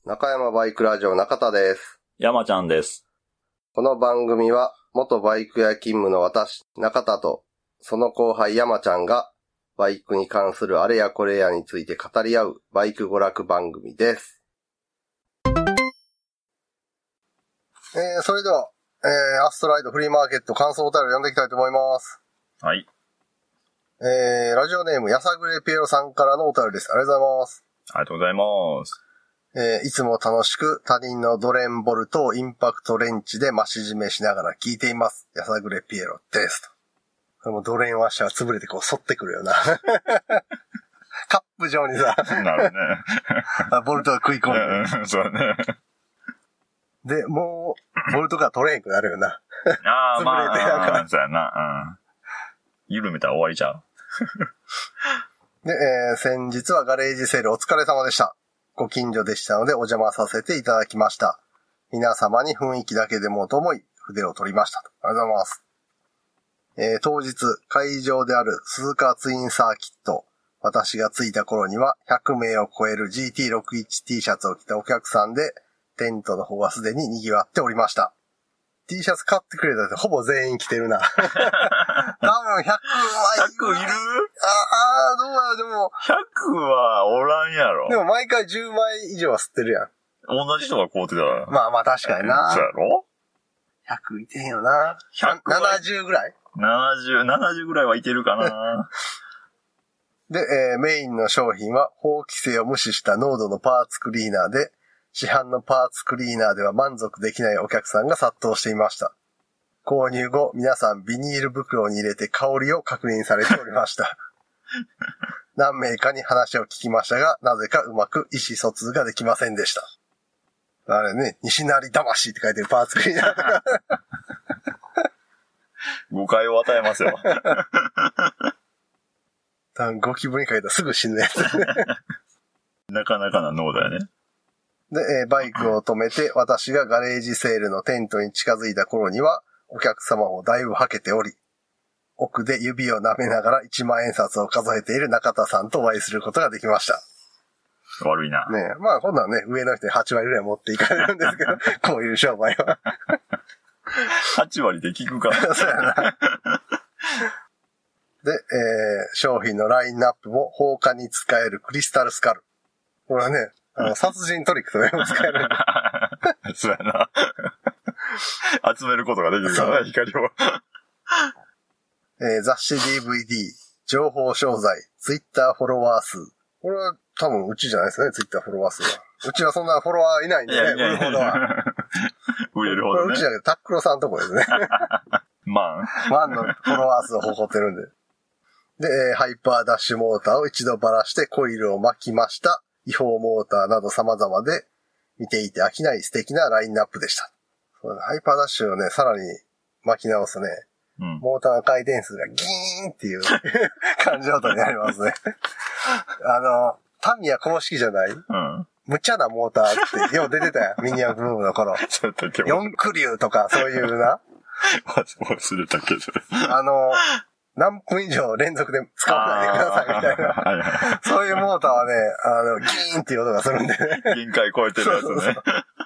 中山バイクラジオ中田です。 山ちゃんです。 この番組は元バイク屋勤務の私、中田とその後輩山ちゃんがバイクに関するあれやこれやについて語り合うバイク娯楽番組です。それでは、アストライドフリーマーケット感想お便りを読んでいきたいと思います。 はい。 ラジオネームやさぐれピエロさんからのお便りです。ありがとうございます。 ありがとうございます。 いつも楽しく他人のドレンボルトをインパクトレンチで増し締めしながら聞いています。やさぐれピエロですと。これもドレンワッシャー潰れてこう反ってくるよな。カップ状にさ。 なるね。 ボルトが食い込んで。 そうね。 で、もう、ボルトが取れんくなるよな。 ああ、 潰れてなんか。 そうやな。緩めたら終わりちゃう。 で、先日はガレージセールお疲れ様でした。ご近所でしたのでお邪魔させていただきました。皆様に雰囲気だけでもと思い筆を取りましたと。ありがとうございます。当日会場である鈴鹿ツインサーキット、私が着いた頃には100名を超える GT61T シャツを着たお客さんでテントの方はすでに賑わっておりました。T シャツ買ってくれたってほぼ全員着てるな。多分100枚。 100いる？ どうやでも。 100はおらんやろ。 でも毎回10枚以上は吸ってるやん。 同じ人が買うてたら。 まあ確かにな。 そうやろ？ 100いてへんよな。70ぐらい？ 70ぐらいはいてるかな。 で、メインの商品は法規制を無視した濃度のパーツクリーナーで、市販のパーツクリーナーでは満足できないお客さんが殺到していました。購入後、皆さんビニール袋に入れて香りを確認されておりました。何名かに話を聞きましたが、なぜかうまく意思疎通ができませんでした。あれね、西成魂って書いてるパーツクリーナーとか。 誤解を与えますよ。 多分ゴキブリに書いたらすぐ死ぬやつ。 なかなかな脳だよね。 で、バイクを止めて私がガレージセールのテントに近づいた頃にはお客様もだいぶはけており、奥で指を舐めながら1万円札を数えている中田さんとお会いすることができました。 悪いな。 ねえ、まあ今度はね、上の人に8割ぐらい持っていかれるんですけど、こういう商売は。 8割で聞くか。 そうやな。で、商品のラインナップも放火に使えるクリスタルスカル。これはね、殺人トリックとかも使えるんで。 そうやな。集めることができるからね、光を。 雑誌 DVD、情報商材、ツイッターフォロワー数。これは多分うちじゃないですね、ツイッターフォロワー数は。うちはそんなフォロワーいないんでね、売るほどは。 売れるほどね。 これうちじゃなくてタックロさんのとこですね。 マンのフォロワー数を誇ってるんで。で、ハイパーダッシュモーターを一度ばらしてコイルを巻きました。違法モーターなど様々で見ていて飽きない素敵なラインナップでした。ハイパーダッシュをね、さらに巻き直すとね、モーターの回転数がギーンっていう感じの音になりますね。タミヤ公式じゃない？無茶なモーターってよう出てたよ。ミニアブームの頃。4クリューとかそういうな。 忘れたけど。 何分以上連続で使わないでくださいみたいな。そういうモーターはね、ギーンっていう音がするんでね。 限界超えてるやつね。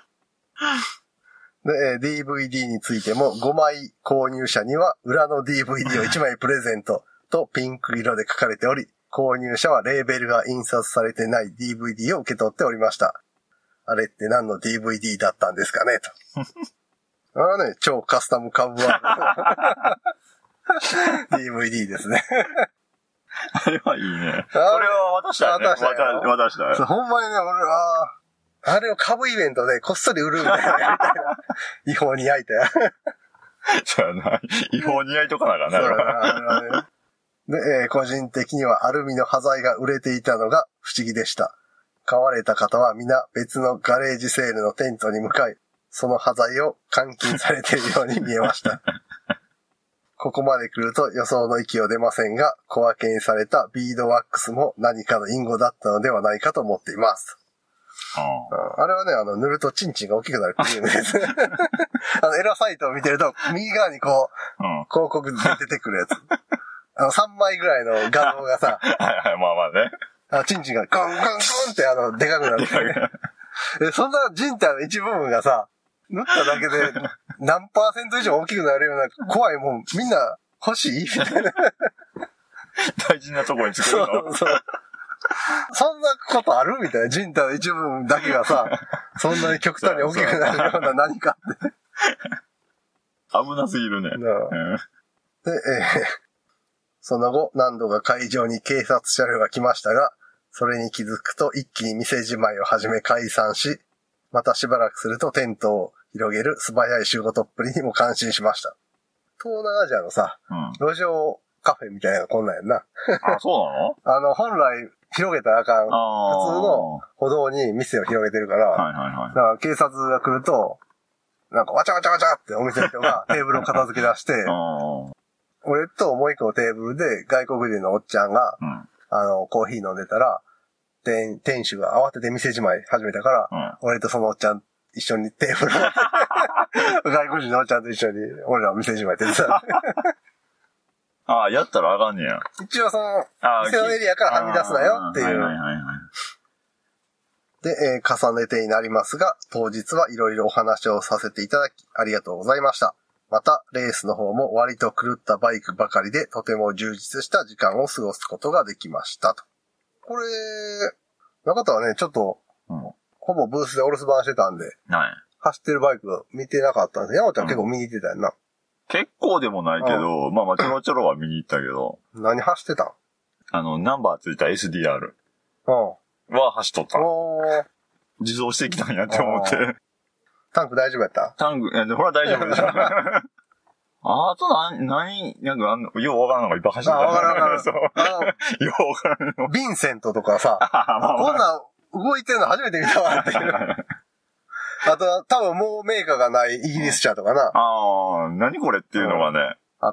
で、DVD についても5枚購入者には裏の DVD を1枚プレゼントとピンク色で書かれており、購入者はレーベルが印刷されてない DVD を受け取っておりました。あれって何の DVD だったんですかねと。あれね、超カスタムカブワーDVD ですね。 あれはいいね。これは渡したよね。渡したよ。 ほんまにね、俺は、あれを株イベントでこっそり売るみたいなやりたいな。違法に焼いたや。 そうやな。違法に焼いとかなあかんな。そうやな。 で、個人的にはアルミの端材が売れていたのが不思議でした。買われた方は皆別のガレージセールのテントに向かい、その端材を換金されているように見えました。ここまで来ると予想の域を出ませんが、小分けにされたビードワックスも何かの隠語だったのではないかと思っています。あれはね、塗るとチンチンが大きくなるクリームです。エラサイトを見てると、右側にこう、広告で出てくるやつ。3枚ぐらいの画像がさ、 はいはい、まあまあね。 チンチンがゴンゴンゴンってでかくなる。 そんな人体の一部分がさ、塗っただけで何%以上大きくなるような怖いもん、みんな欲しいみたいな。 大事なところに作るの。 そう。そんなことあるみたいな。人体の一部分だけがさ、そんなに極端に大きくなるような何かって。 危なすぎるね。 で、その後、何度か会場に警察車両が来ましたが、それに気づくと一気に店じまいを始め解散し、またしばらくするとテントを広げる素早い仕事っぷりにも感心しました。東南アジアのさ、路上カフェみたいなのがこんなんやんな。 あ、そうなの？ 本来広げたらあかん。普通の歩道に店を広げてるから、だから警察が来ると、なんかわちゃわちゃわちゃってお店の人がテーブルを片付け出して、俺ともう一個のテーブルで外国人のおっちゃんが、コーヒー飲んでたら、店主が慌てて店じまい始めたから、俺とそのおっちゃん一緒にテーブルを外国人のおっちゃんと一緒に俺ら店じまい手伝って。 ああ、やったらあかんねや。 一応その、店のエリアからはみ出すなよっていう。で、重ねてになりますが、当日はいろいろお話をさせていただき、ありがとうございました。また、レースの方も割と狂ったバイクばかりで、とても充実した時間を過ごすことができましたと。これ、中田はね、ちょっと、ほぼブースでお留守番してたんで、走ってるバイク見てなかったんです。山本ちゃん結構見に行ってたやんな。 結構でもないけど、まあちょろちょろは見に行ったけど。 何走ってたん？ナンバーついた SDR。は走っとった。自走してきたんやって思って。 タンク大丈夫やった？ タンク、ほら大丈夫でしょ。あとなんかようわからんのがいっぱい走ってた。 わからん。 そう。ようわからんの。 ヴィンセントとかさ、こんなん動いてるの初めて見たわっていう。あと、多分もうメーカーがないイギリス車とかな。 何これっていうのがね。 あった。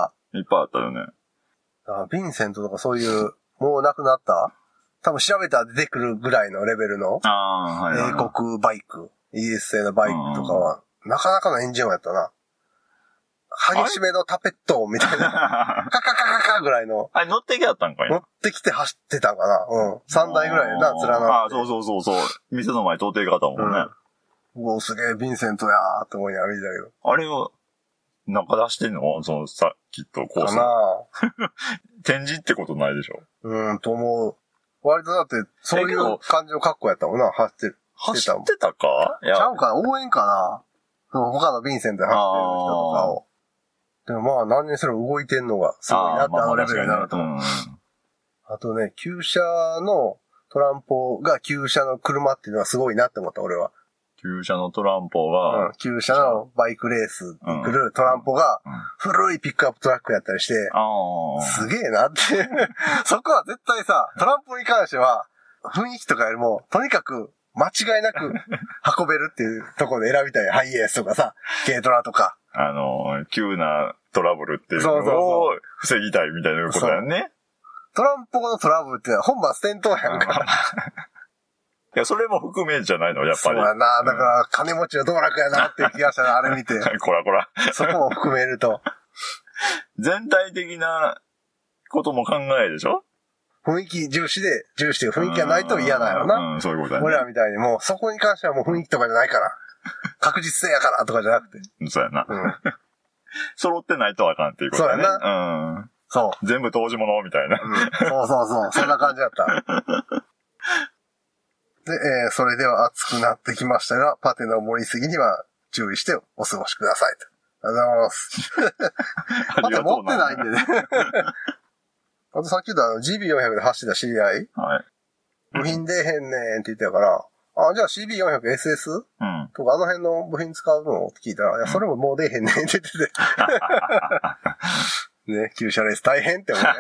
いっぱいあったよね。 ヴィンセントとかそういう、もうなくなった多分調べたら出てくるぐらいのレベルの、英国バイク、イギリス製のバイクとかは、なかなかのエンジン音やったな。激しめのタペットみたいな。カカカカカぐらいの。 あれ乗ってきやったんかい？ 乗ってきて走ってたんかな。3台ぐらいでな、連なって。 そう。店の前通っていかったもんね。 うお、すげえ、ヴィンセントやーって思いながら歩いてたけど。 あれを、中出してんの？そのさ、きっとコース。 かな展示ってことないでしょ？ と思う。割とだって、そういう感じの格好やったもんな、走ってたか？ちゃうかな？応援かな？他のヴィンセントで走ってる人とかを。でもまあ何にすれば動いてんのがすごいなってレベルになると。あとね、旧車のトランポが旧車の車っていうのはすごいなって思った、俺は。 旧車のトランポが、 旧車のバイクレースに来るトランポが古いピックアップトラックやったりして、すげえなって。そこは絶対さ、トランポに関しては雰囲気とかよりも、とにかく間違いなく運べるっていうところで選びたい。ハイエースとかさ、軽トラとか。 急なトラブルっていうのを防ぎたいみたいなことだよね。 トランポのトラブルってのは本末転倒やんか。 いや、それも含めじゃないの、やっぱり。 そうやな。だから、金持ちは道楽やなっていう気がしたら、あれ見て。 こら。 そこも含めると。 全体的なことも考えでしょ？ 雰囲気重視で雰囲気がないと嫌だよな。 そういうことだね。 俺らみたいにもう、そこに関してはもう雰囲気とかじゃないから。確実性やからとかじゃなくて。 そうやな。揃ってないとあかんっていうことだね。 そうやな。そう。 全部当時物みたいな。 そう。そんな感じだった。で、それでは暑くなってきましたが、パテの盛りすぎには注意してお過ごしくださいと。ありがとうございます。パテ持ってないんでね。あとさっき言ったGB400 で走ってた知り合い、部品出えへんねんって言ってたから、じゃあ CB400SS？ とかあの辺の部品使うのって聞いたら、いや、それももう出えへんねんって言ってて。ね、旧車レース大変って思う。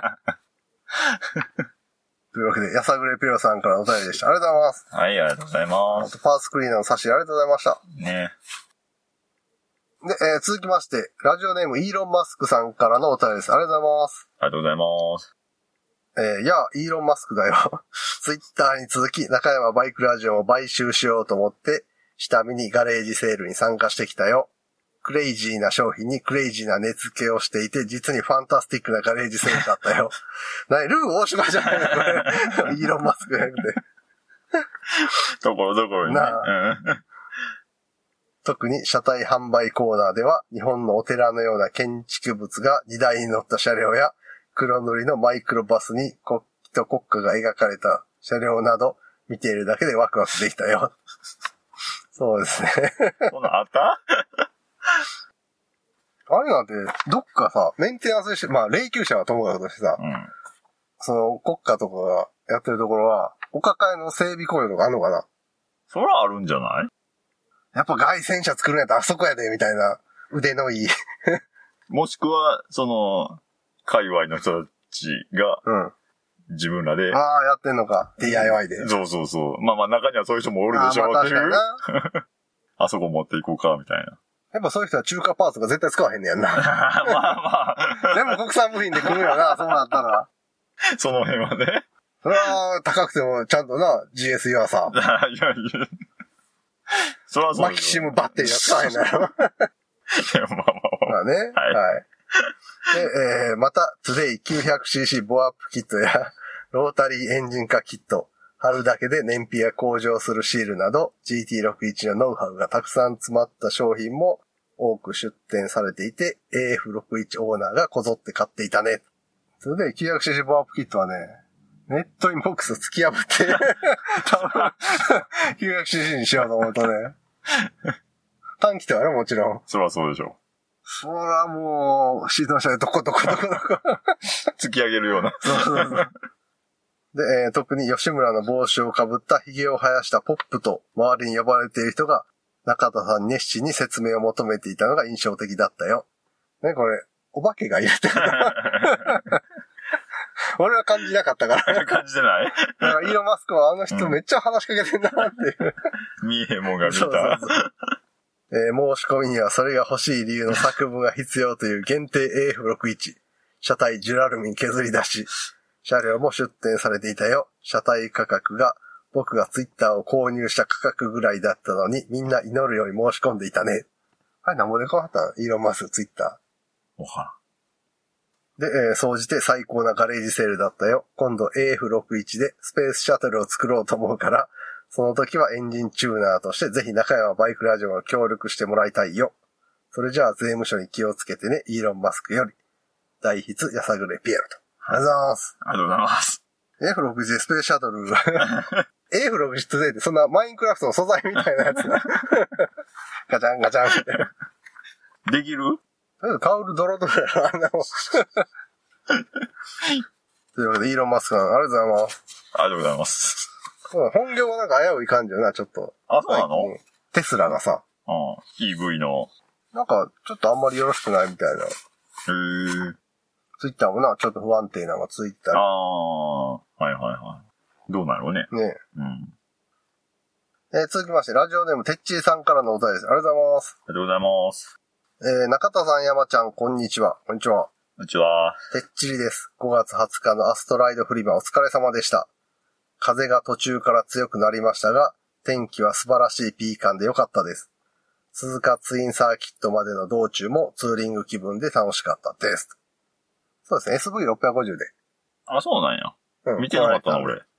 というわけで、やさぐれピロさんからお便りでした。ありがとうございます。 はい、ありがとうございます。 あと、パースクリーナーの差し入れありがとうございました。 ね。 で、続きまして、ラジオネームイーロン・マスクさんからのお便りです。ありがとうございます。 ありがとうございます。 イーロン・マスクだよ。ツイッターに続き、中山バイクラジオを買収しようと思って、下見にガレージセールに参加してきたよ。クレイジーな商品にクレイジーな値付けをしていて、実にファンタスティックなガレージセールだったよ。ルー大島じゃないのこれ。イーロン・マスクじゃなくて。 ところどころにね。 特に車体販売コーナーでは、日本のお寺のような建築物が荷台に乗った車両や、黒塗りのマイクロバスに国旗と国歌が描かれた車両など、見ているだけでワクワクできたよ。そうですね。 そんなんあったあれなんて、どっかさ、メンテナンスして、まあ、霊柩車はともかくとしてさ、その国家とかがやってるところは、お抱えの整備工場とかあんのかな？ そらあるんじゃない？ やっぱ外戦車作るんやったらあそこやで、みたいな腕のいい。 もしくは、その、界隈の人たちが、自分らで。 ああ、やってんのか。DIY で。 そうそうそう。まあまあ中にはそういう人もおるでしょうっていう。あそこ持っていこうか、みたいな。 やっぱそういう人は中華パーツが絶対使わへんねやんな。 まあまあ。 全部国産部品で組むよな、そうなったら。 その辺はね。 それは高くてもちゃんとな、GS ユアさ。 いやいや。そらそうマキシムバッテリーが使わへんのやろ。 いや、まあまあまあ。 まあね。はい。で、また、トゥデイ 900cc ボアップキットや、ロータリーエンジン化キット、貼るだけで燃費が向上するシールなど、GT61 のノウハウがたくさん詰まった商品も多く出展されていて、AF61 オーナーがこぞって買っていたね。トゥデイ 900cc ボアップキットはね、ネットインボックスを突き破って、多分、900cc にしようと思うとね、短期とはね、もちろん。 そらそうでしょ。 そらもう、シートの下でどこ。 突き上げるような。 そうで、特に吉村の帽子をかぶった髭を生やしたポップと周りに呼ばれている人が中田さんに熱心に説明を求めていたのが印象的だったよ。ね、これ、お化けがいるってこと俺は感じなかったから。 感じてない？ だからイーロン・マスクはあの人めっちゃ話しかけてんなっていう。 見えへんもんが見た。 そう申し込みにはそれが欲しい理由の作文が必要という限定 AF61。車体ジュラルミン削り出し。車両も出展されていたよ。車体価格が僕がツイッターを購入した価格ぐらいだったのにみんな祈るように申し込んでいたね。あれなんぼで変わったの？イーロン・マスクツイッター。 おは。 で、総じて最高なガレージセールだったよ。今度 AF61 でスペースシャトルを作ろうと思うから、その時はエンジンチューナーとしてぜひ中山バイクラジオを協力してもらいたいよ。それじゃあ税務署に気をつけてね、イーロン・マスクより。大筆やさぐれピエロと。ありがとうございます。 ありがとうございます。 F60 でスペースシャトル。F60 ってそんなマインクラフトの素材みたいなやつな。ガチャンガチャンって。 できる？ カウルドロドロやろ、あんなもん。というわけで、イーロン・マスクさん、ありがとうございます。 ありがとうございます。 本業はなんか危うい感じよな、ちょっと。 あ、そうなの？ テスラがさ。 EV の。 なんか、ちょっとあんまりよろしくないみたいな。ツイッターもな、ちょっと不安定なのがついてたり。 はいはいはい。どうなるね。 ねえ。続きまして、ラジオネーム、てっちーさんからのお便りです。ありがとうございます。 ありがとうございます。 中田さん、山ちゃん、こんにちは。こんにちは。 こんにちは。 てっちりです。5月20日のアストライドフリマお疲れ様でした。風が途中から強くなりましたが、天気は素晴らしいピーカンでよかったです。鈴鹿ツインサーキットまでの道中もツーリング気分で楽しかったです。そうですね、SV650 で。 あ、そうなんや。見てなかったな、俺。で、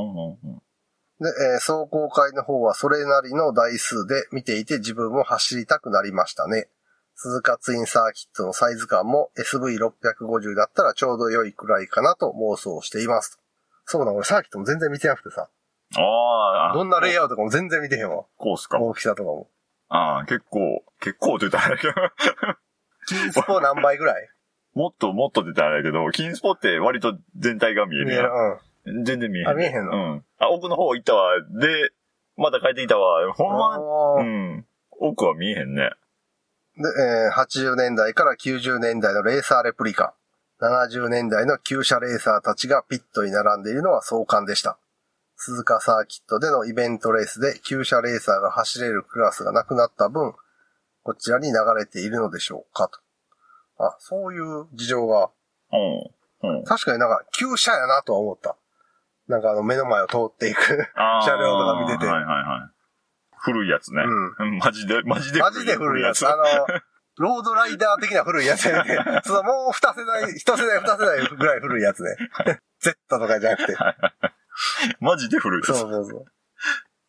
走行会の方はそれなりの台数で見ていて自分も走りたくなりましたね。鈴鹿ツインサーキットのサイズ感も SV650 だったらちょうど良いくらいかなと妄想しています。そうな、俺サーキットも全然見てなくてさ。どんなレイアウトかも全然見てへんわ。 こうすか。 大きさとかも。 結構って言ったらあれだけど。 金スポ何倍ぐらい？ もっとって言ったらあれだけど、金スポって割と全体が見えるやん。全然見えへん。 見えへんの？ 奥の方行ったわ。で、また帰ってきたわ。ほんま、奥は見えへんね。 で、80年代から90年代のレーサーレプリカ。70年代の旧車レーサーたちがピットに並んでいるのは壮観でした。鈴鹿サーキットでのイベントレースで旧車レーサーが走れるクラスがなくなった分、こちらに流れているのでしょうかと。そういう事情が。確かになんか旧車やなとは思った。なんか目の前を通っていく車両とか見てて。 古いやつね。マジで古いやつ。ロードライダー的な古いやつやね。もう2世代ぐらい古いやつね。Z とかじゃなくて。 マジで古いやつ。 そう。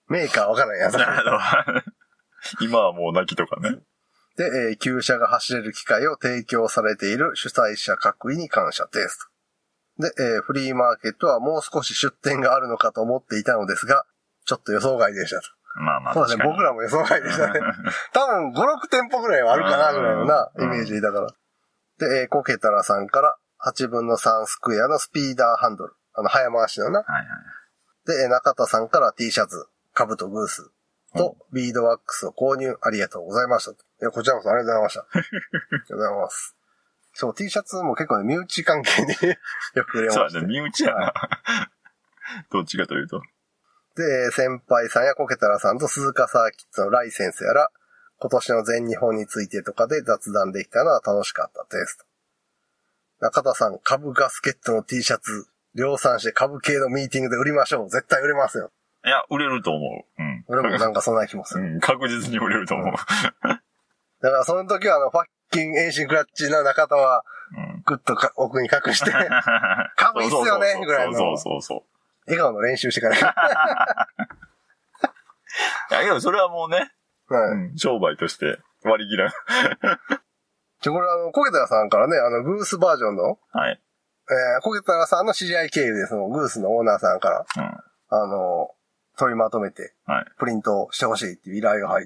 メーカーわからんやつ。 今はもう泣きとかね。 で、旧車が走れる機会を提供されている主催者各位に感謝です。で、フリーマーケットはもう少し出店があるのかと思っていたのですが、ちょっと予想外でしたと。 まあまあ。 そうですね、僕らも予想外でしたね。多分5、6店舗ぐらいはあるかなぐらいのな、イメージだから。で、コケタラさんから8分の3スクエアのスピーダーハンドル。早回しのな。 はいはい。 で、中田さんから T シャツ、カブとグースとビードワックスを購入ありがとうございましたと。いや、こちらこそありがとうございました。ありがとうございます。そう、T シャツも結構ね、身内関係によく売れました。 そうだね、身内やな。はい、どっちかというと。 で、先輩さんやコケタラさんと鈴鹿サーキットのライセンスやら、今年の全日本についてとかで雑談できたのは楽しかったですと。中田さん、株ガスケットの T シャツ、量産して株系のミーティングで売りましょう。絶対売れますよ。 いや、売れると思う。うん。 俺もなんかそんな気もする。 うん、確実に売れると思う。 だからその時はファッキン遠心クラッチの中田は、ぐっと奥に隠して、株いいっすよね、ぐらいの。 そう。 笑顔の練習してから。 いや、でもそれはもうね、 はい、 商売として割り切らん。 これコケタラさんからね、グースバージョンの、 はい。 コケタラさんの知り合い経由で、そのグースのオーナーさんから、取りまとめて、プリントしてほしいっていう依頼が入って、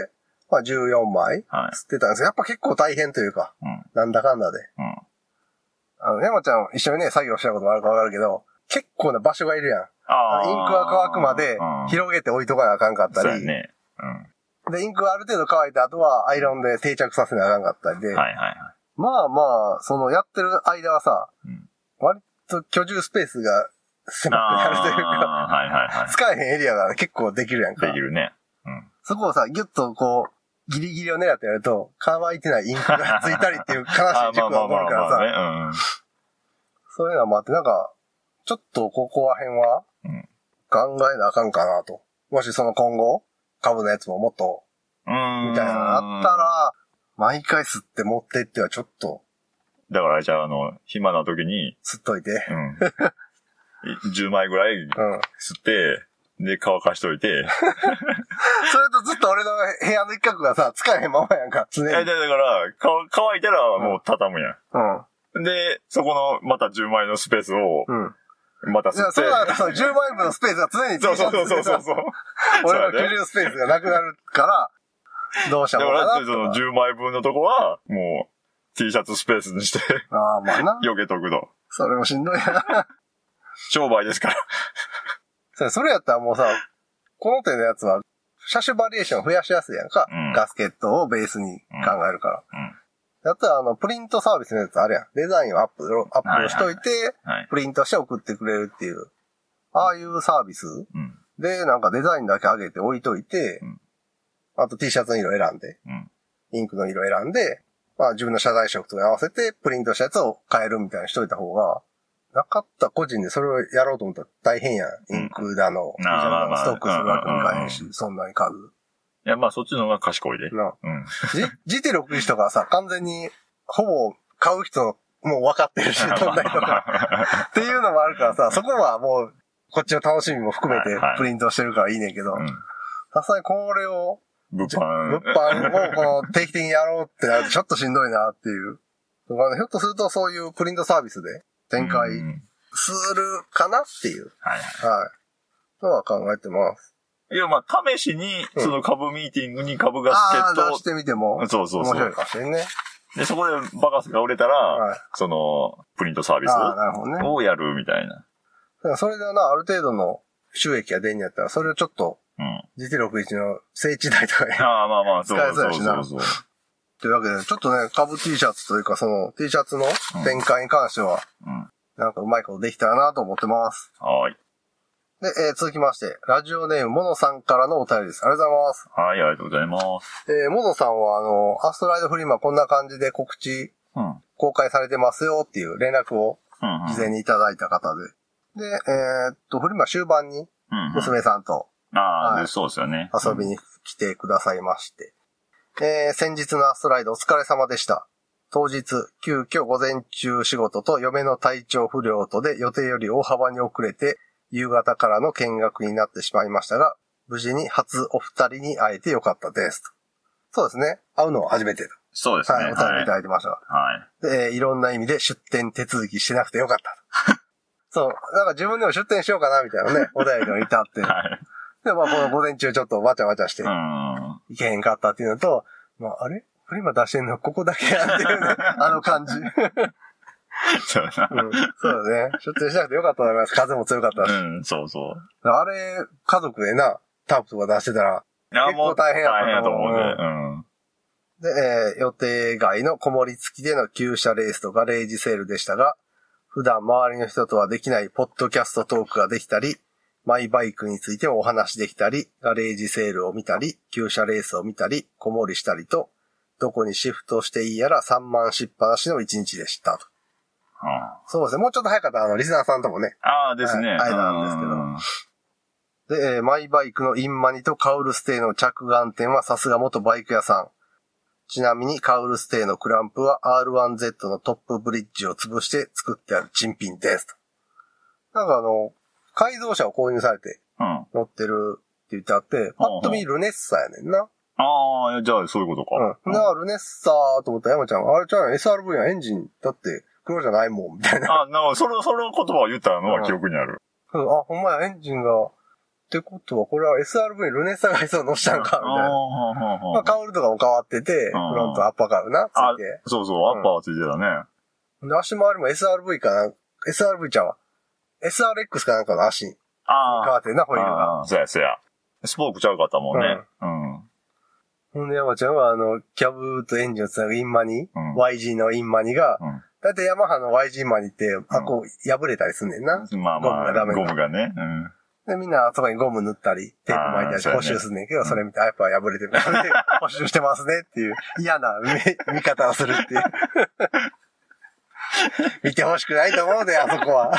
まあ14枚、吸ってたんですけど、やっぱ結構大変というか、なんだかんだで。山ちゃん一緒にね、作業したこともあるかわかるけど、結構な場所がいるやん。インクが乾くまで広げて置いとかなあかんかったり。そうね。で、インクがある程度乾いた後はアイロンで定着させなあかんかったりで。まあまあ、やってる間はさ、割と居住スペースが狭くなるというか、使えへんエリアが結構できるやんか。 できるね。 そこをさ、ギュッとギリギリを狙ってやると、乾いてないインクがついたりっていう悲しい事故が起こるからさ。そういうのもあって、なんか、ちょっとここら辺は、考えなあかんかなと。もし今後、株のやつももっと、みたいなのあったら、毎回吸って持ってってはちょっと。 だからじゃあ暇な時に。 吸っといて。 10枚ぐらい吸って、で、乾かしといて。 それとずっと俺の部屋の一角がさ、使えへんままやんか、常に。 だから、乾いたらもう畳むやん。で、そこのまた10枚のスペースを、また吸って。いや、 そうだから10枚分のスペースが常に T シャツでさ、俺の居住スペースがなくなるから、どうしたもんかな。 だから、その10枚分のとこは、もう、T シャツスペースにして、 まあな。 避けとくと。 それもしんどいな。 商売ですから。 それやったらもうさ、この手のやつは、車種バリエーション増やしやすいやんか。ガスケットをベースに考えるから。やったらプリントサービスのやつあるやん。デザインをアップしといて、プリントして送ってくれるっていう。ああいうサービスで、なんかデザインだけ上げて置いといて、あと T シャツの色選んで、インクの色選んで、まあ自分の謝罪色とかに合わせてプリントしたやつを変えるみたいにしといた方が、なかった個人でそれをやろうと思ったら大変やん。インクだの、T シャツだのストックするわけにいかへんし、そんなに数。 いや、まあそっちの方が賢いで。 GT61 とかさ、完全に、ほぼ買う人もう分かってるし、どんな人か。っていうのもあるからさ、そこはもう、こっちの楽しみも含めてプリントしてるからいいねんけど、さすがにこれを、 物販を定期的にやろうってなるとちょっとしんどいなっていう。ひょっとするとそういうプリントサービスで展開するかなっていう。のは考えてます。 いや、まあ、試しに、その株ミーティングに株ガスケットを。 出してみても。 そう。 面白いかもしれんね。 で、そこでバカスが売れたら、その、プリントサービスをやるみたいな。 それである程度の収益が出んやったら、それをちょっと、GT61 の聖地代とかに使えそうやしな。というわけで、ちょっとね、株 T シャツというか、その T シャツの展開に関しては、なんかうまいことできたらなと思ってます。 はい。 で、続きまして、ラジオネームモノさんからのお便りです。ありがとうございます。 はい、ありがとうございます。 モノさんはアストライドフリマこんな感じで告知、公開されてますよっていう連絡を事前にいただいた方で。で、フリマ終盤に娘さんと、 そうですよね。 遊びに来てくださいまして。先日のアストライドお疲れ様でした。当日、急遽午前中仕事と嫁の体調不良とで予定より大幅に遅れて、夕方からの見学になってしまいましたが、 無事に初お二人に会えてよかったですと。そうですね。会うのは初めてと。 そうですね。 はい、お便りいただいてました。 はい。 で、いろんな意味で出店手続きしてなくてよかったと。そう。なんか自分でも出店しようかなみたいなね、お便りでもいたって。はい。で、まあこの午前中ちょっとわちゃわちゃして、いけへんかったっていうのと、まああれフリマ出してんのここだけやっていうね、あの感じ。 そうだな。 そうだね。出店しなくてよかったと思います。風も強かったし。 そうそう。 あれ、家族でな、タープとか出してたら、結構大変やったと思う。で、予定外のこもりつきでの旧車レースとガレージセールでしたが、普段周りの人とはできないポッドキャストトークができたり、マイバイクについてもお話できたり、ガレージセールを見たり、旧車レースを見たり、こもりしたりと、どこにシフトしていいやら散漫しっぱなしの一日でしたと。そうですね。もうちょっと早かったリスナーさんともね。 ですね。 会えたんですけど。で、マイバイクのインマニとカウルステーの着眼点はさすが元バイク屋さん。ちなみにカウルステーのクランプは R1Z のトップブリッジを潰して作ってある珍品ですと。なんか改造車を購入されて乗ってるって言ってあって、パッと見ルネッサやねんな。 じゃあそういうことか。 だからルネッサーと思ったら山ちゃん、あれちゃうやん、SRV やん、エンジン、だって黒じゃないもん、みたいな。 なんかその言葉を言ったのは記憶にある。 ほんまや、エンジンが、ってことは、これは SRV にルネッサ外装乗したんか、みたいな。まあ、カウルとかも変わってて、フロントアッパーカウルな、ついて。 そうそう、アッパーはついてたね。 で、足回りも SRV かな、SRV ちゃんは、SRX かなんかの足に変わってるな、ホイールが。 そうや。スポークちゃうかったもんね。 ほんで山ちゃんはキャブとエンジンをつなぐインマニ、YG のインマニが、だいたいヤマハの YG マニって、こう、破れたりすんねんな。 まあまあ、ゴムがね。 で、みんなそこにゴム塗ったり、テープ巻いたり補修すんねんけど、それ見て、やっぱ破れてるからね、補修してますねっていう、嫌な見方をするっていう。見てほしくないと思うで、あそこは。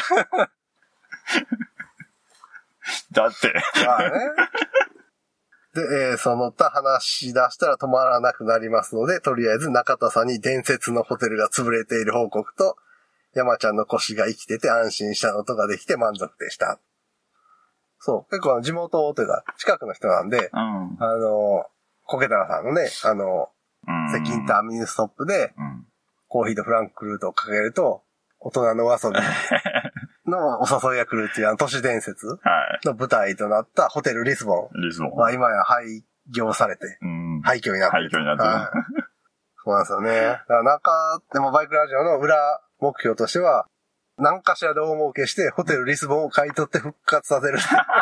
だって。 まあね。で、その他話し出したら止まらなくなりますので、とりあえず中田さんに伝説のホテルが潰れている報告と、山ちゃんの腰が生きてて安心したのとができて満足でした。そう。結構地元というか、近くの人なんで、コケタラさんのね、セキインターミニストップで、コーヒーとフランクフルートをかけると、大人の遊びのお誘いが来るっていう都市伝説の舞台となったホテルリスボンは今や廃業されて、廃墟になってる。そうなんですよね。だからでもバイクラジオの裏目標としては、何かしらで大儲けしてホテルリスボンを買い取って復活させる。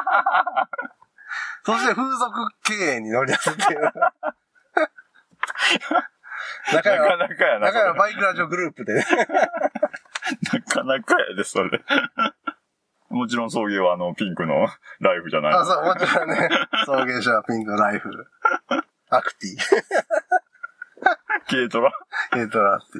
そして風俗経営に乗り出すっていう。なかなかやな。中山バイクラジオグループで。 なかなかやで、それ。もちろん送迎はピンクのライフじゃない。 そう、もちろんね。送迎車はピンクのライフ。アクティ。 軽トラっていう。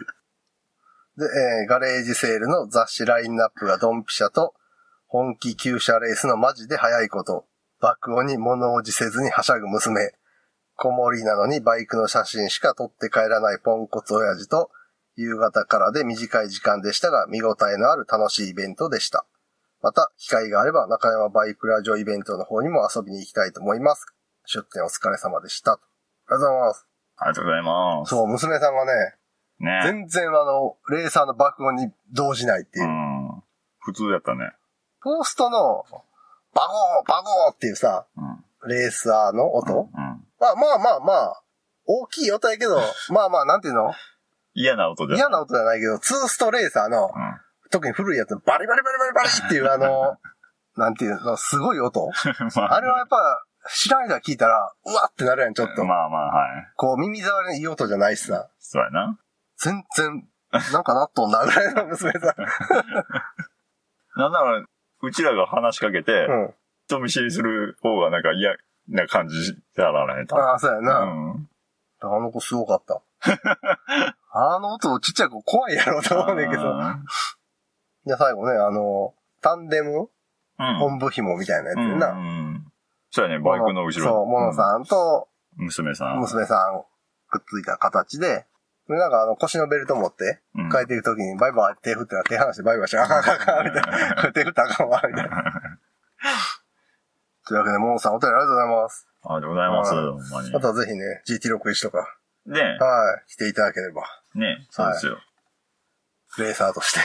で、ガレージセールの雑誌ラインナップがドンピシャと、本気旧車レースのマジで早いこと、爆音に物おじせずにはしゃぐ娘、子守なのにバイクの写真しか撮って帰らないポンコツ親父と、夕方からで短い時間でしたが、見応えのある楽しいイベントでした。また、機会があれば中山バイクラジオイベントの方にも遊びに行きたいと思います。出店お疲れ様でした。ありがとうございます。 ありがとうございます。 そう、娘さんがね、全然レーサーの爆音に動じないっていう。 普通やったね。 ポーストの、バゴーバゴーっていうさ、レーサーの音、まあ、大きい音やけど、なんていうの嫌な音じゃないけど、ツーストレーサーの、特に古いやつのバリバリバリバリバリっていうなんていうの、すごい音あれはやっぱ、知らん人が聞いたら、うわってなるやん、ちょっと。 はい。 こう、耳障りのいい音じゃないしさ。 そうやな。 全然、なんかなっとんなぐらいの娘さん。 なんなら、うちらが話しかけて、人見知りする方がなんか嫌な感じやらないと。 ああ、そうやな。あの子すごかった。あの音ちっちゃい子怖いやろと思うねんけど。じゃあ最後ね、タンデム、本部紐みたいなやつでな。 そうやね、バイクの後ろ。 そう、モノさんと、 娘さんくっついた形で、なんか腰のベルト持って、帰っていくときにバイバイ手振って手離してバイバイして、あかん、みたいな。これ手振ったらあかんわ、みたいな。 というわけで、モンさんお便りありがとうございます。 ありがとうございます。ほんまに。 またぜひね、GT61 とか。 ねはい。来ていただければ。 ねそうですよ。はい、 レーサーとして。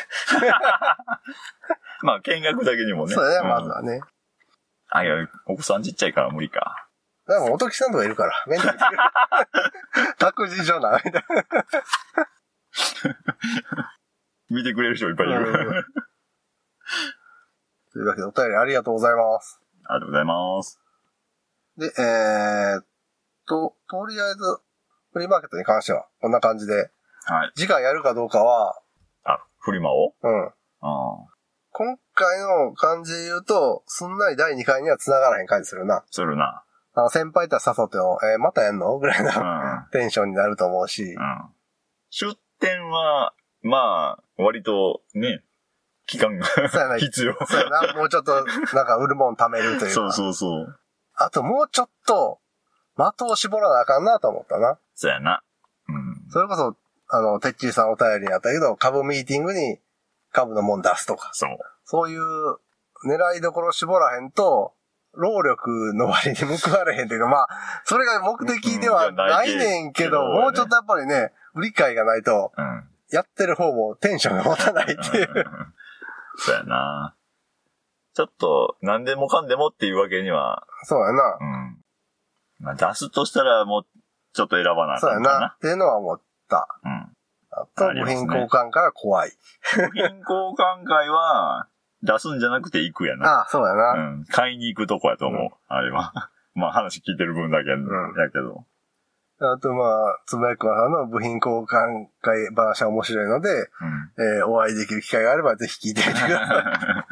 まあ、見学だけにもね。 そうだね、まずはね。 いや、お子さんちっちゃいから無理か。 でも、音木さんとかいるから。面倒見てくれる。託児所な、みたいな。 見てくれる人いっぱいいる。 というわけで、お便りありがとうございます。 ありがとうございます。 で、とりあえず、フリーマーケットに関しては、こんな感じで。 はい。 次回やるかどうかは、 フリマを？ うん。今回の感じで言うと、すんなり第2回には繋がらへん感じするな。 するな。 先輩たち誘っても、またやんのぐらいな、テンションになると思うし。 出店は、まあ、割とね、期間が必要。 そうやな。もうちょっと、なんか売るもん貯めるというか。 そう。 あともうちょっと、的を絞らなあかんなと思ったな。 そうやな。 それこそ、てっちーさんお便りにあったけど、株ミーティングに株のもん出すとか。そういう狙いどころ絞らへんと、労力の割に報われへんというか、まあ、それが目的ではないねんけど、もうちょっとやっぱりね、売り買いがないと、やってる方もテンションが持たないっていう。 そうやな。ちょっと、何でもかんでもっていうわけには。 そうやな。 まあ、出すとしたらもう、ちょっと選ばないかな。 そうやな。っていうのは思った。あと、部品交換から怖い。 部品交換会は、出すんじゃなくて行くやな。 そうやな。 買いに行くとこやと思う。あれは。まあ話聞いてる分だけやけど。 あとまあ、つばやくまさんの部品交換会話は面白いので、お会いできる機会があればぜひ聞いてみてくださ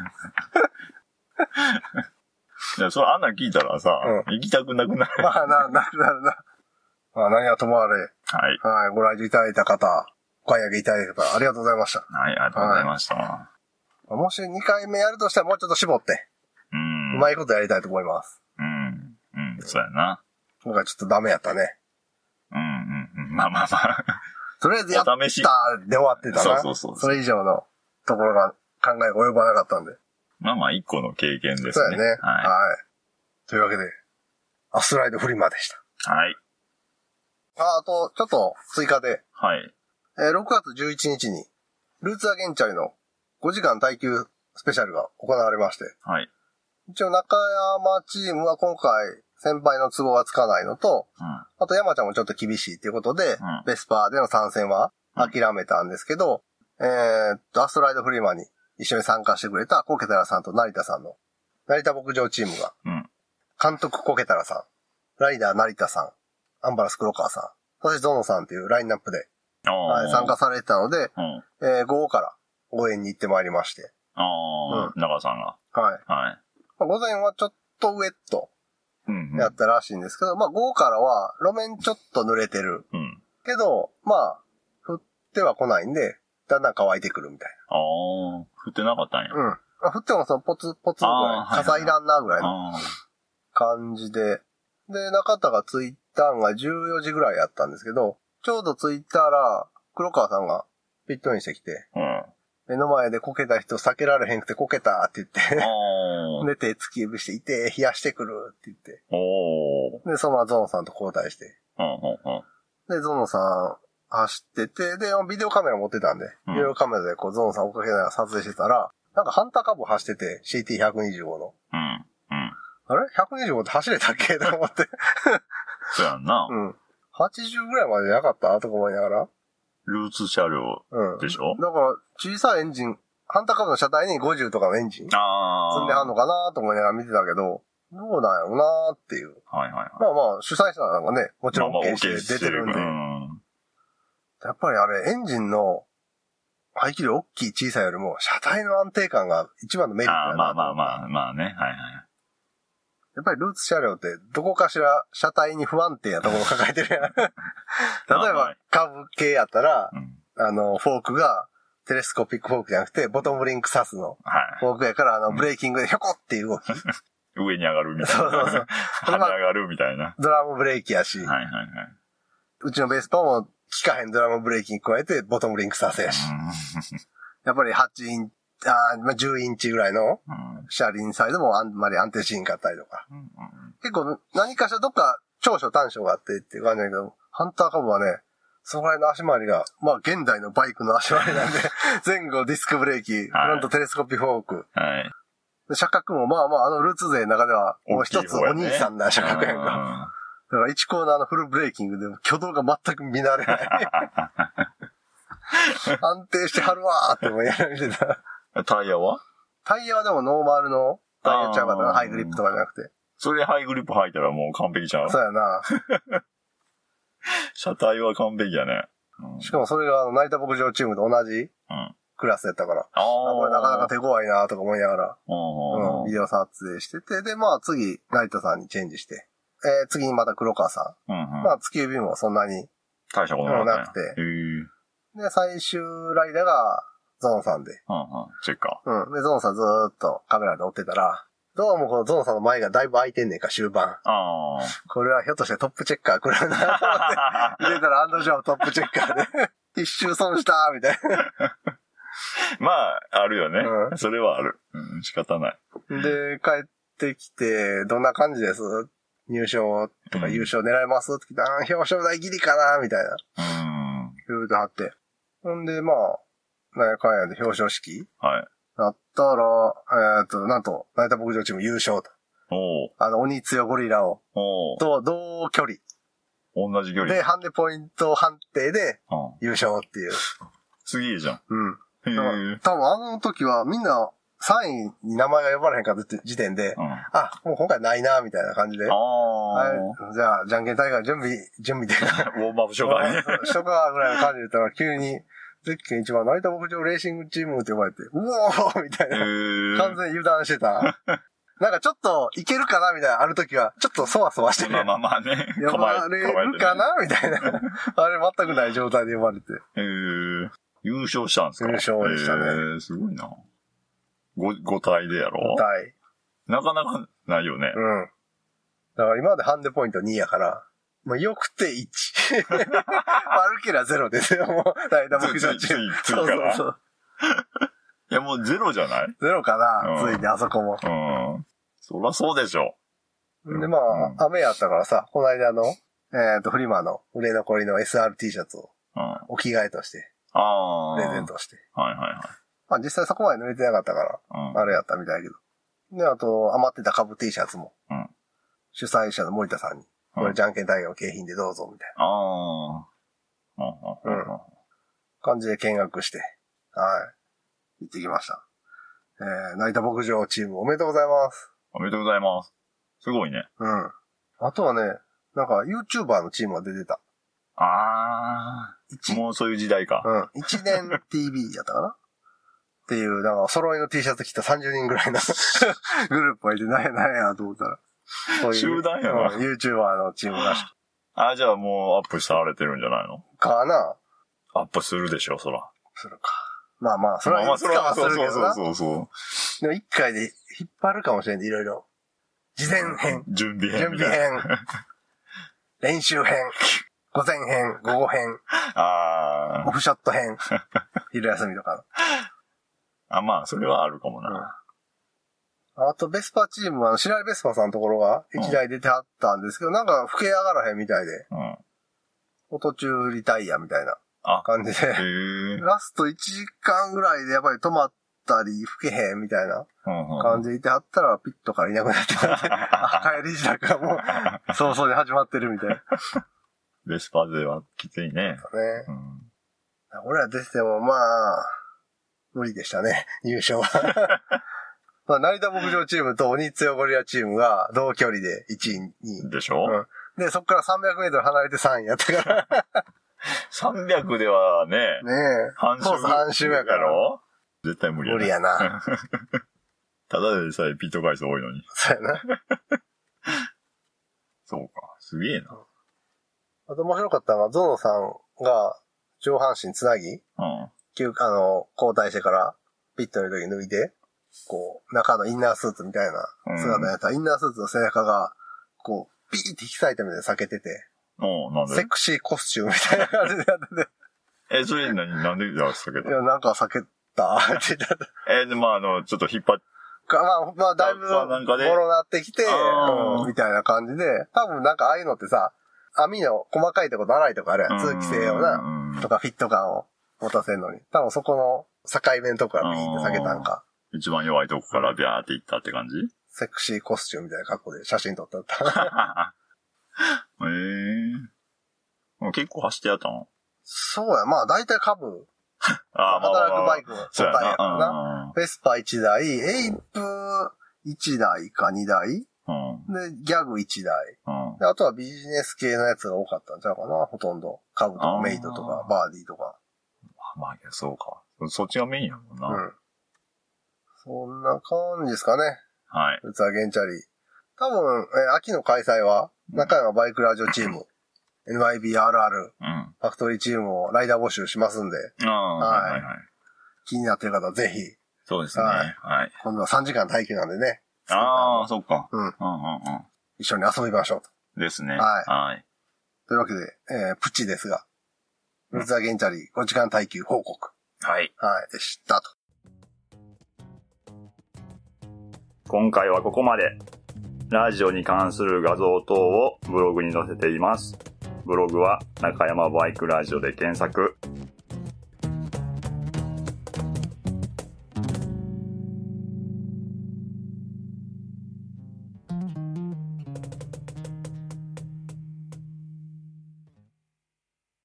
い。いや、それあんなん聞いたらさ、行きたくなくなる。 まあなくなるな。まあ何はともあれ。はい。ご来場いただいた方、お買い上げいただいた方、ありがとうございました。 はい、ありがとうございました。 もし2回目やるとしたらもうちょっと絞って、うまいことやりたいと思います。 そうやな。 今回ちょっとダメやったね。 まあ。 とりあえずやったで終わってたな。そう。それ以上のところが考えが及ばなかったんで。 まあ一個の経験ですね。 そうやね。はい。というわけで、アスライドフリマでした。 はい。 あと、ちょっと追加で。 はい。 6月11日に、ルーツアゲンチャリの5時間耐久スペシャルが行われまして。 はい。 一応中山チームは今回先輩の都合がつかないのと、あと山ちゃんもちょっと厳しいということで、ベスパーでの参戦は諦めたんですけど、アストライドフリーマンに一緒に参加してくれたコケタラさんと成田さんの、成田牧場チームが、監督コケタラさん、ライダー成田さん、アンバラス黒川さん、そしてゾノさんというラインナップで、参加されてたので、午後から応援に行ってまいりまして。 中さんが。 はい。午前はちょっとウェットやったらしいんですけど、午後からは路面ちょっと濡れてる。けど、降っては来ないんで、だんだん乾いてくるみたいな。 降ってなかったんや。 降ってもそのポツポツぐらい、傘いらんなぐらいの感じで。で、中田が着いたんが14時ぐらいやったんですけど、ちょうど着いたら、黒川さんがピットインしてきて、目の前でこけた人避けられへんくてこけたって言って、で、手突き指して、いて、冷やしてくるって言って、で、そのままゾノさんと交代して、で、ゾノさん走ってて、で、ビデオカメラ持ってたんで、ビデオカメラでこうゾノさん追っかけながら撮影してたら、なんかハンターカブ走ってて、CT125 の。あれ ?125 って走れたっけと思って。 そうやんな。 80ぐらいまでなかったとか思いながら。 ルーツ車両でしょ、 だから、小さいエンジン、ハンターカブの車体に50とかのエンジン積んではんのかなと思いながら見てたけど、どうなんやろうなっていう。まあ、主催者なんかね、もちろん OK して出てるんで。やっぱりあれ、エンジンの排気量大きい小さいよりも、車体の安定感が一番のメリットだな。 まあね。 やっぱりルーツ車両ってどこかしら車体に不安定なところを抱えてるやん。例えば、株系やったら、フォークがテレスコピックフォークじゃなくて、ボトムリンクサスのフォークやから、ブレーキングでひょこっていう動き。 上に上がるみたいな。そう。跳ね上がるみたいな。 ドラムブレーキやし。うちのベースパンも効かへんドラムブレーキに加えて、ボトムリンクサスやし。やっぱり8イン 10インチぐらいの車輪サイドもあんまり安定しんかったりとか。結構何かしらどっか長所短所があってっていう感じだけど、ハンターカブはね、そのぐらいの足回りが、まあ現代のバイクの足回りなんで、前後ディスクブレーキ、フロントテレスコピーフォーク。車格もまあまあルーツ勢の中ではもう一つお兄さんな車格やんか。だから1コーナーのフルブレーキングでも挙動が全く見慣れない。安定してはるわーってもやられてた。 タイヤはでもノーマルのタイヤちゃうかったな、ハイグリップとかじゃなくて。 それハイグリップ履いたらもう完璧ちゃう？ そうやな。 車体は完璧やね。 しかもそれが成田牧場チームと同じクラスやったから。これなかなか手強いなとか思いながら、ビデオ撮影してて、で、まあ次、成田さんにチェンジして、次にまた黒川さん。まあ月指もそんなに大したことなくて。で、最終ライダーがゾーンさんで。 チェッカー。で、ゾーンさんずーっとカメラで追ってたら、どうもこのゾーンさんの前がだいぶ空いてんねんか、終盤。これはひょっとしてトップチェッカー来るなと思って、入れたらアンドジョートップチェッカーで、一周損したみたいな。 まあ、あるよね。それはある。仕方ない。 で、帰ってきて、どんな感じです？入賞とか優勝狙いますって聞いたら、表彰台ギリかなみたいな。言うてはって。ほんで、まあ、なんやかんやで表彰式なったら、なんと、成田牧場チーム優勝と。鬼強ゴリラを、と同距離。 同じ距離。 で、ハンデポイント判定で優勝っていう。 すげえじゃん。 多分あの時はみんな3位に名前が呼ばれへんかった時点で、もう今回ないな、みたいな感じで。じゃあ、じゃんけん大会準備で。 ウォームアップしようかね。 しとかぐらいの感じで言ったら、急に、ゼッケン一番成田牧場レーシングチームって呼ばれて、うおーみたいな。完全に油断してた。なんかちょっといけるかなみたいな、ある時は、ちょっとそわそわしてまあね。 呼ばれるかなみたいな。あれ全くない状態で呼ばれて。 優勝したんですか？ 優勝でしたね。 すごいな。5体でやろ？ 5体。 なかなかないよね。 だから今までハンデポイント2やから、まあ、よくて1。悪けりゃ0ですよ、もう。成田牧場チーム。 次から。そう。いや、もう0じゃない？ 0 かな、ついにあそこも。 そらそうでしょ。 で、まあ、雨やったからさ、この間の、フリマの売れ残りの SRT シャツを、お着替えとして、プレゼントして。まあ実際そこまで濡れてなかったから、あれやったみたいけど。で、あと、余ってた株 T シャツも、主催者の森田さんに、これじゃんけん大会の景品でどうぞ、みたいな。感じで見学して、行ってきました。成田牧場チームおめでとうございます。 おめでとうございます。すごいね。 あとはね、なんか YouTuber のチームが出てた。 もうそういう時代か。 一年 TV やったかなっていう、なんか、揃いの T シャツ着た30人ぐらいのグループがいて、なんやと思ったら。 集団やな。 YouTuber のチームらしく。 じゃあもうアップされてるんじゃないのかな？ アップするでしょ、そら。 するか。まあ、それはいつかはするけどな。 そう。 でも一回で引っ張るかもしれんで、いろいろ。事前編。 準備編。 練習編。午前編、午後編。オフショット編。昼休みとか。 まあ、それはあるかもな。 あと、ベスパチームは、白井ベスパさんのところが1台出てはったんですけど、なんか、吹け上がらへんみたいで。途中リタイアみたいな感じで。ラスト1時間ぐらいでやっぱり止まったり、吹けへんみたいな感じでいてはったら、ピットからいなくなってたんで、帰り時だからもう、早々に始まってるみたいな。 ベスパ勢はきついね。 俺ら出てても、まあ、無理でしたね、優勝は。まあ、成田牧場チームと鬼強ゴリラチームが同距離で1位、2位。 でしょ？ で、そっから300メートル離れて3位やったから。 300ではね、 半周やから。 絶対無理やな。 無理やな。 ただでさえピット回数多いのに。 そうやな。 そうか、すげえな。 あと面白かったのは、ゾノさんが上半身つなぎ、交代してからピットの時に脱いで、こう、中のインナースーツみたいな姿やったら、インナースーツの背中が、こう、ピーって引き裂いたみたいに裂けてて、 なんで？ セクシーコスチュームみたいな感じでやってて。 それなんで裂けた？ いや、なんか裂けったって言った。 で、まあちょっと引っ張って、 まあ、だいぶ、ボロなってきて、みたいな感じで、多分なんかああいうのってさ、網の細かいところ粗いとこあるやん。通気性をな、とかフィット感を持たせるのに。多分そこの境目のとこからピーって下げたんか。 一番弱いとこからビャーっていったって感じ？ セクシーコスチュームみたいな格好で写真撮ったった。 結構走ってやったの？ そうや、まあ大体株。働くバイクの答えやからな。ベスパ1台、エイプ1台か2台、で、ギャグ1台、で。あとはビジネス系のやつが多かったんちゃうかな、ほとんど。株とかメイドとかバーディーとか。 まあ、そうか。そっちがメインやもんな。 そんな感じですかね。 はい。 うつわゲンチャリ。多分、秋の開催は、中山バイクラジオチーム、NYBRR、ファクトリーチームをライダー募集しますんで。はい。気になってる方はぜひ。 そうですね。はい。 今度は3時間耐久なんでね。 そっか。 一緒に遊びましょうと。ですね。 はい。というわけで、プチですが、うつわゲンチャリ5時間耐久報告。 はい。 はい。でしたと。 今回はここまで。ラジオに関する画像等をブログに載せています。ブログは中山バイクラジオで検索。